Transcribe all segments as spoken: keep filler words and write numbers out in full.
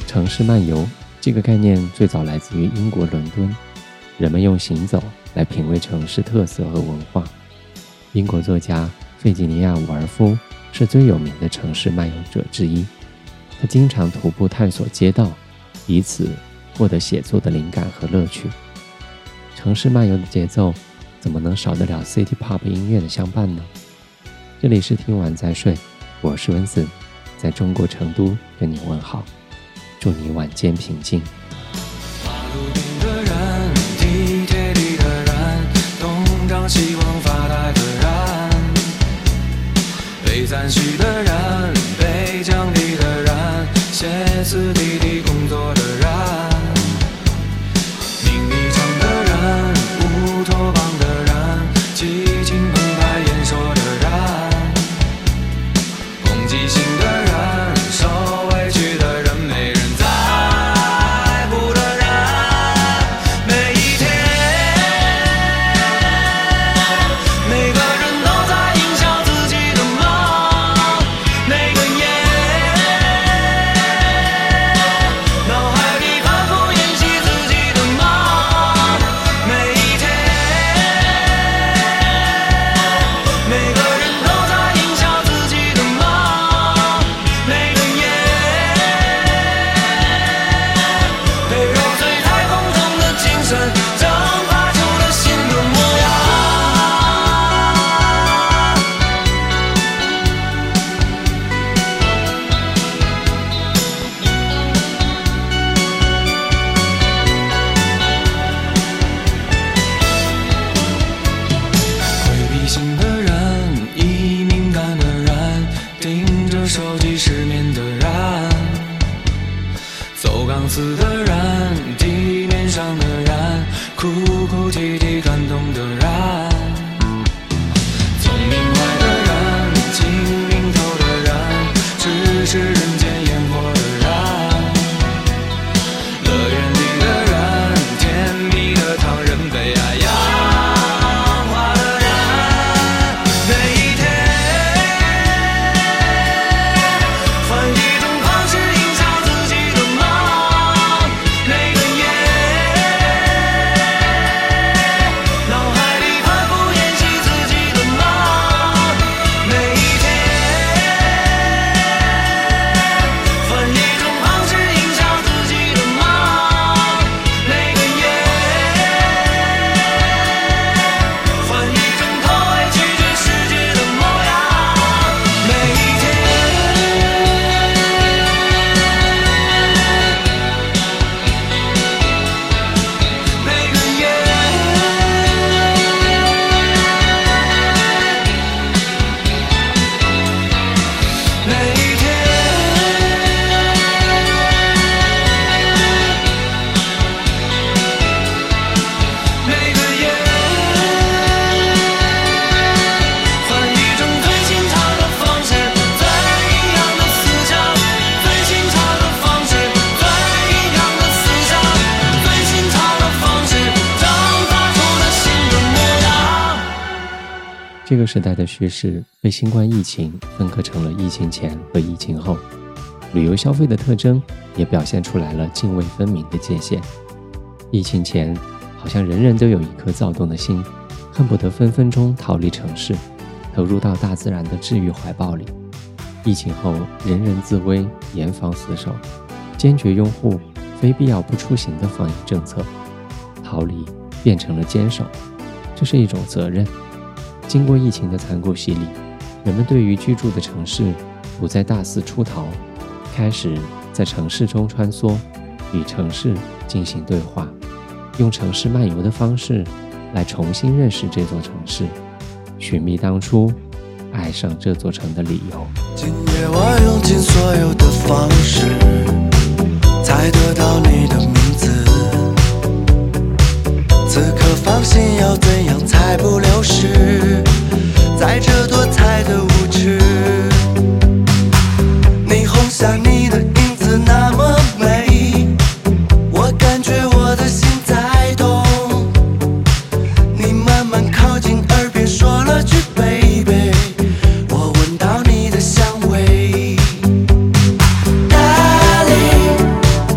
城市漫游这个概念最早来自于英国伦敦，人们用行走来品味城市特色和文化。英国作家费吉尼亚·伍尔夫是最有名的城市漫游者之一，他经常徒步探索街道，以此获得写作的灵感和乐趣。城市漫游的节奏怎么能少得了 City Pop 音乐的相伴呢？这里是听完再睡，我是温森，在中国成都跟你问好，祝你晚间平静。 马路边的人，地铁里的人，东张西望发呆的人，被赞许的人，被奖励的人，歇斯底里工作的人，名利场的人，乌托邦的人，激情澎湃演说的人，攻击性的人，受委屈的人，没人在乎的人，每一天，每个人都在营销自己的梦，每个夜，脑海里反复演习自己的梦，每一天，每个人都在营销自己的梦，每个夜，被揉碎太空中的精神蒸发出了新的模样。回避型的人，易敏感的人，盯着手机失眠的人，走钢丝的人，地面上的人，哭哭啼啼感动的人，聪明坏的人，精明透的人，只是人间烟火的人，乐园里的人，甜蜜的糖人，被爱氧化的人，每一天，换一种方式营销自己的梦，每个夜，脑海里反复演习自己的梦，每一天，换一种方式营销自己的梦，每个夜，换一种口味拒绝世界的模样，每一天，每个夜，每一天，每个夜，换一种最新潮的方式，最一样的思想，最新潮的方式，最一样的思想，最新潮的方式，蒸发出了新的模样。 这个时代的叙事被新冠疫情分割成了疫情前和疫情后，旅游消费的特征也表现出来了泾渭分明的界限。疫情前，好像人人都有一颗躁动的心，恨不得分分钟逃离城市，投入到大自然的治愈怀抱里。疫情后，人人自危，严防死守，坚决拥护非必要不出行的防疫政策，逃离变成了坚守，这是一种责任。经过疫情的残酷洗礼，人们对于居住的城市不再大肆出逃，开始在城市中穿梭，与城市进行对话，用城市漫游的方式来重新认识这座城市，寻觅当初爱上这座城的理由。 今夜我用尽所有的方式，才得到你的名字。此刻放心，要怎样才不流失？在这多彩的舞池，霓虹下你的影子那么美，我感觉我的心在动。你慢慢靠近耳边说了句 baby， 我闻到你的香味。Darling，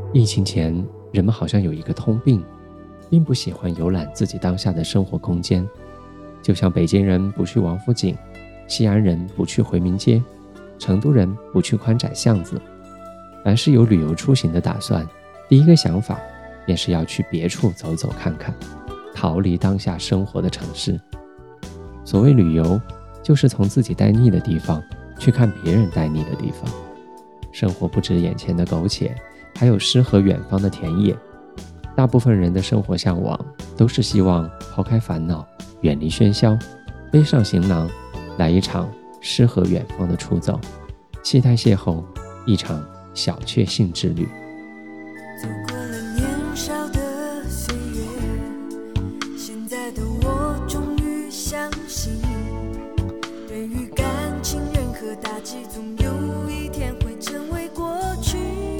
疫情前，人们好像有一个通病，并不喜欢游览自己当下的生活空间。就像北京人不去王府井，西安人不去回民街，成都人不去宽窄巷子。凡是有旅游出行的打算，第一个想法便是要去别处走走看看，逃离当下生活的城市。所谓旅游，就是从自己待腻的地方去看别人待腻的地方。生活不止眼前的苟且，还有诗和远方的田野。大部分人的生活向往都是希望抛开烦恼，远离喧嚣，背上行囊，来一场诗和远方的出走，期待邂逅一场小确幸之旅。 走过了年少的岁月，现在的我终于相信，对于感情任何打击，总有一天会成为过去。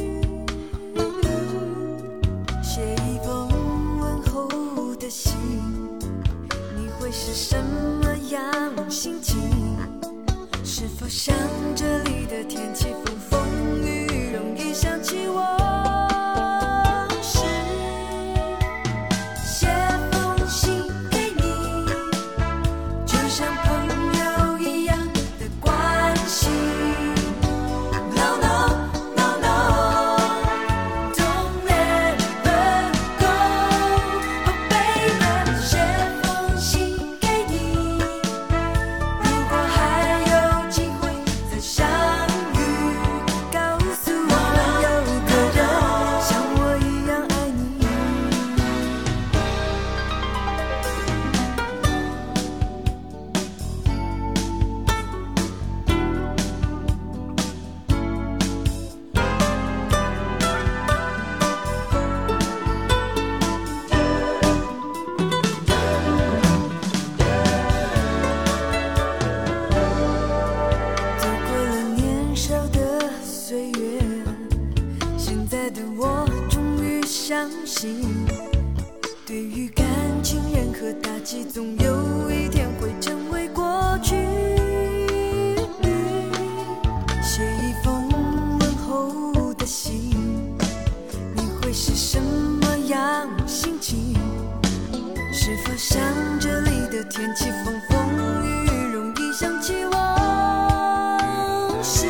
写一封问候的信，你会是什么样心情？是否像这里的天气，风风雨雨容易想起我？相信，对于感情任何打击，总有一天会成为过去。写一封问候的信，你会是什么样心情？是否像这里的天气，风风雨雨容易想起往事？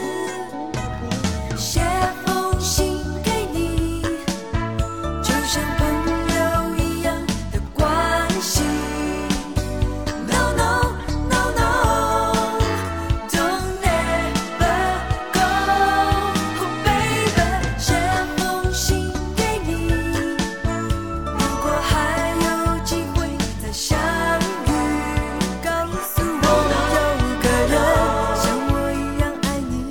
写封信给你，就像朋友一样的关系。No no no no, don't ever go, oh baby。写封信给你，如果还有机会再相遇，告诉我有个人像我一样爱你。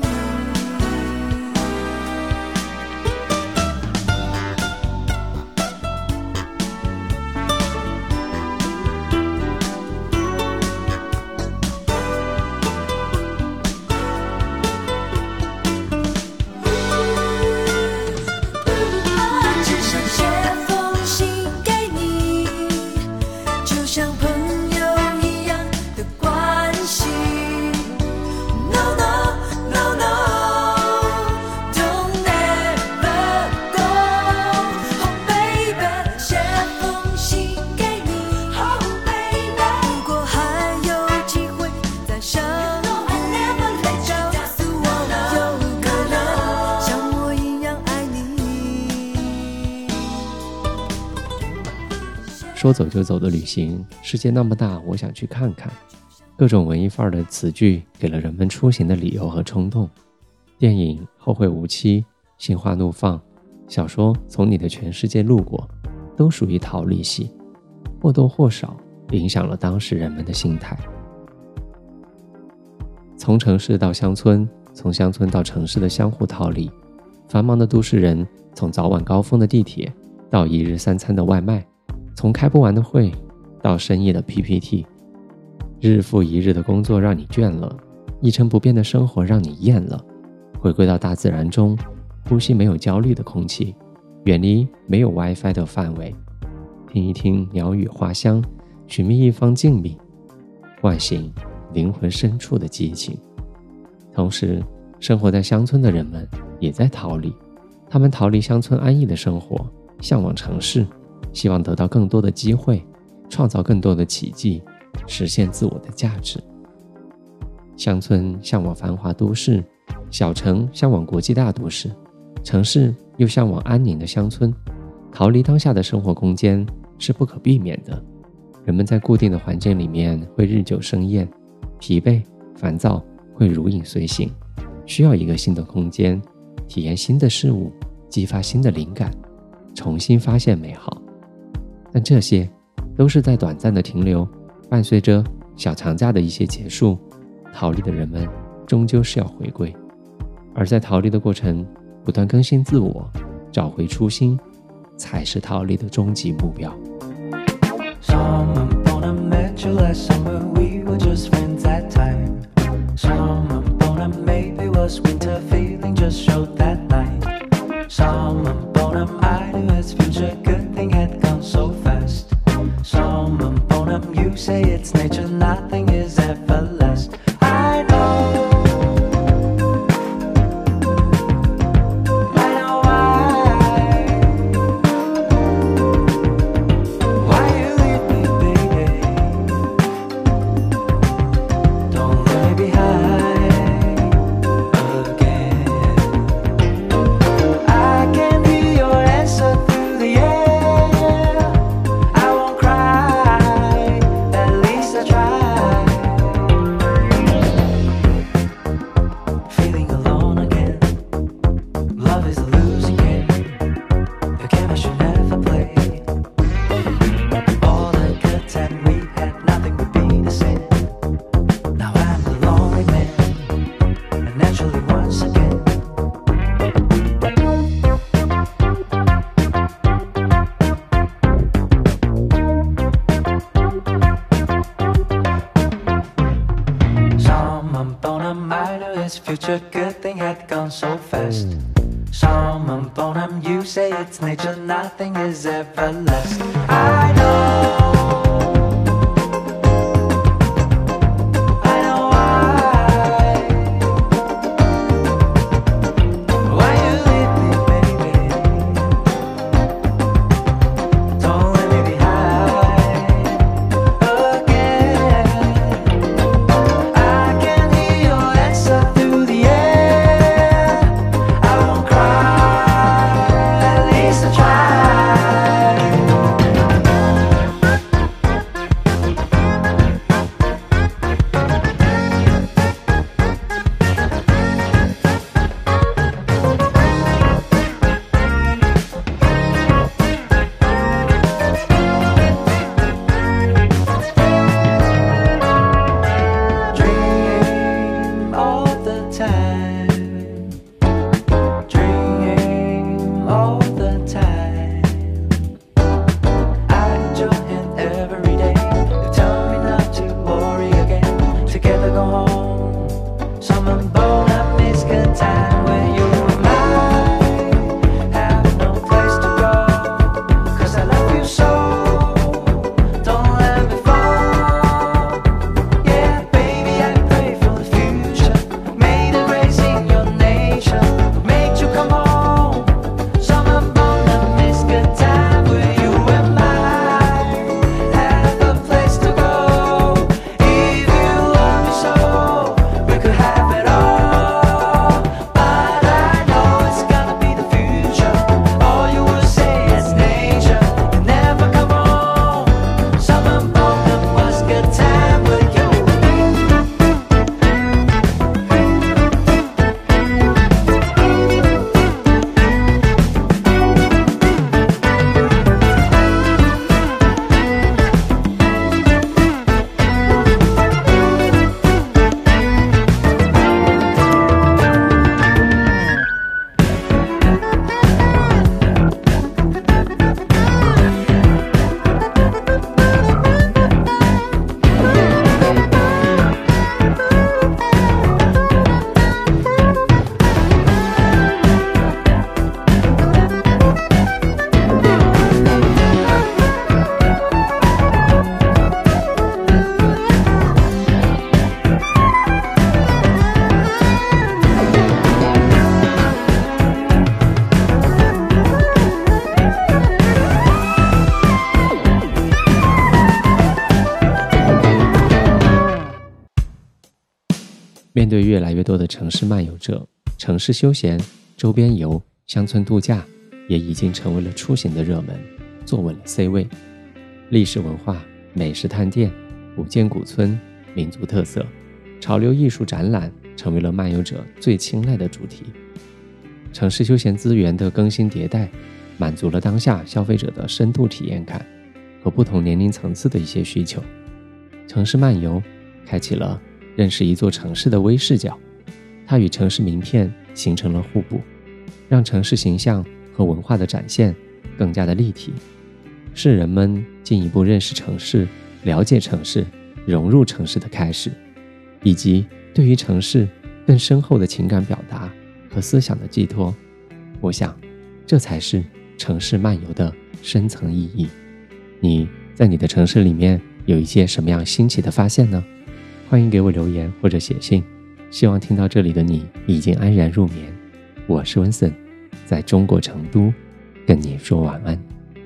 只想写封信给你，就像朋友一样的关系。No no no no, don't ever go, oh baby。写封信给你，oh baby。如果还有机会再相遇，告诉我有个人像我一样爱你。 说走就走的旅行，世界那么大，我想去看看。各种文艺范儿的词句给了人们出行的理由和冲动。电影《后会无期》、《心花怒放》，小说《从你的全世界路过》，都属于逃离系，或多或少影响了当时人们的心态。从城市到乡村，从乡村到城市的相互逃离，繁忙的都市人从早晚高峰的地铁到一日三餐的外卖，从开不完的会到深夜的 P P T， 日复一日的工作让你倦了，一成不变的生活让你厌了。回归到大自然中，呼吸没有焦虑的空气，远离没有 WiFi 的范围，听一听鸟语花香，寻觅一方静谧，唤醒灵魂深处的激情。同时，生活在乡村的人们也在逃离， 他们逃离乡村安逸的生活，向往城市，希望得到更多的机会，创造更多的奇迹，实现自我的价值。乡村向往繁华都市，小城向往国际大都市，城市又向往安宁的乡村。逃离当下的生活空间是不可避免的，人们在固定的环境里面会日久生厌，疲惫烦躁会如影随形，需要一个新的空间，体验新的事物，激发新的灵感，重新发现美好。但这些都是在短暂的停留，伴随着小长假的一些结束，逃离的人们终究是要回归。而在逃离的过程，不断更新自我，找回初心，才是逃离的终极目标。 Someone born I met you last summer, we were just friends that time. Someone born I maybe was winter feeling just showed that night. Someone born I knew his future, good thing had gone so fast. Someone born I you say it's nature, nothing is everlasting. I know future, good thing had gone so fast. Someone born I'm you say it's nature, nothing is everlasting. I know 面对越来越多的城市漫游者，城市休闲、周边游、乡村度假也已经成为了出行的热门，坐稳了 C 位。历史文化、美食探店、古建古村、民族特色、潮流艺术展览成为了漫游者最青睐的主题。城市休闲资源的更新迭代，满足了当下消费者的深度体验感和不同年龄层次的一些需求。城市漫游开启了认识一座城市的微视角，它与城市名片形成了互补，让城市形象和文化的展现更加的立体，是人们进一步认识城市、了解城市、融入城市的开始，以及对于城市更深厚的情感表达和思想的寄托。我想，这才是城市漫游的深层意义。你在你的城市里面有一些什么样新奇的发现呢？欢迎给我留言或者写信。希望听到这里的你已经安然入眠。我是温森，在中国成都跟你说晚安。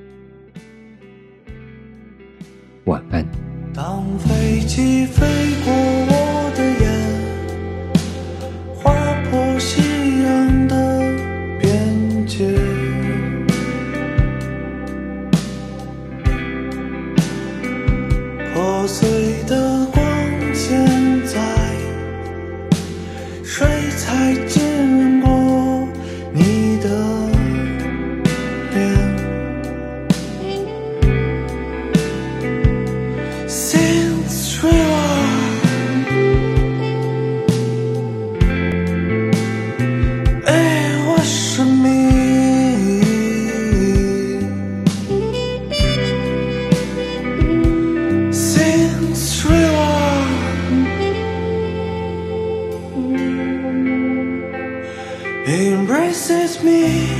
晚安。 当飞机飞过我的眼，划破夕阳的边界，破碎的光线在水彩浸过你的脸。Since we were哎，我是你。Since we were embraces me。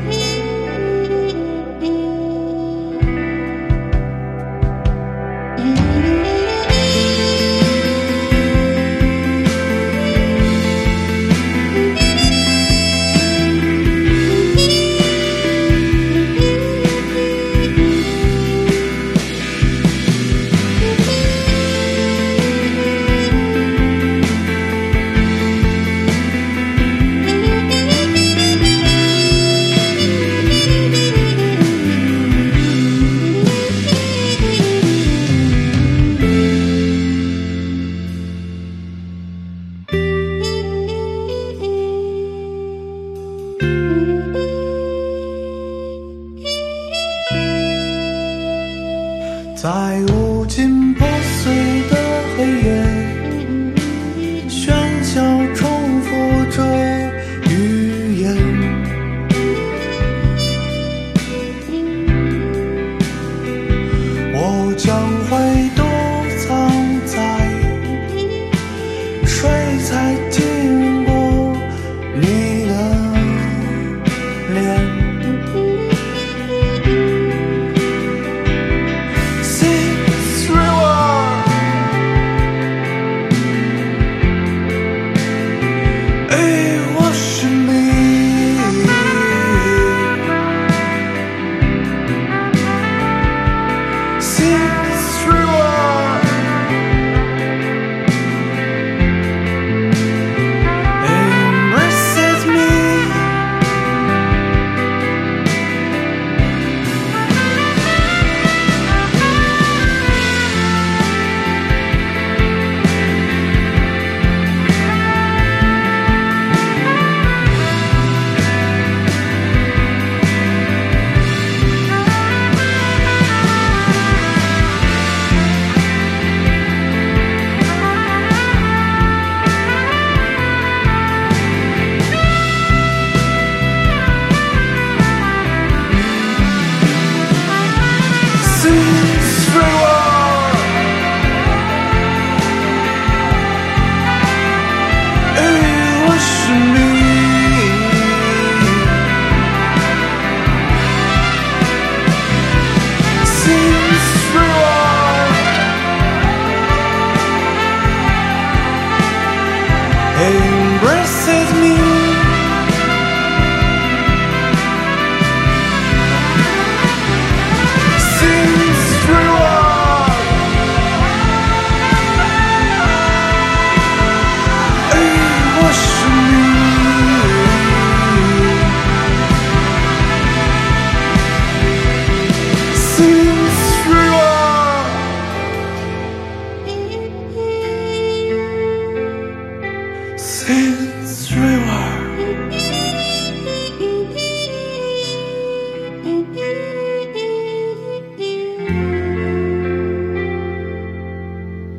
在无尽破碎的黑夜，喧嚣重复着语言。我将会躲藏在水彩浸过你的脸。Embraces me. Since we were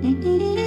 你。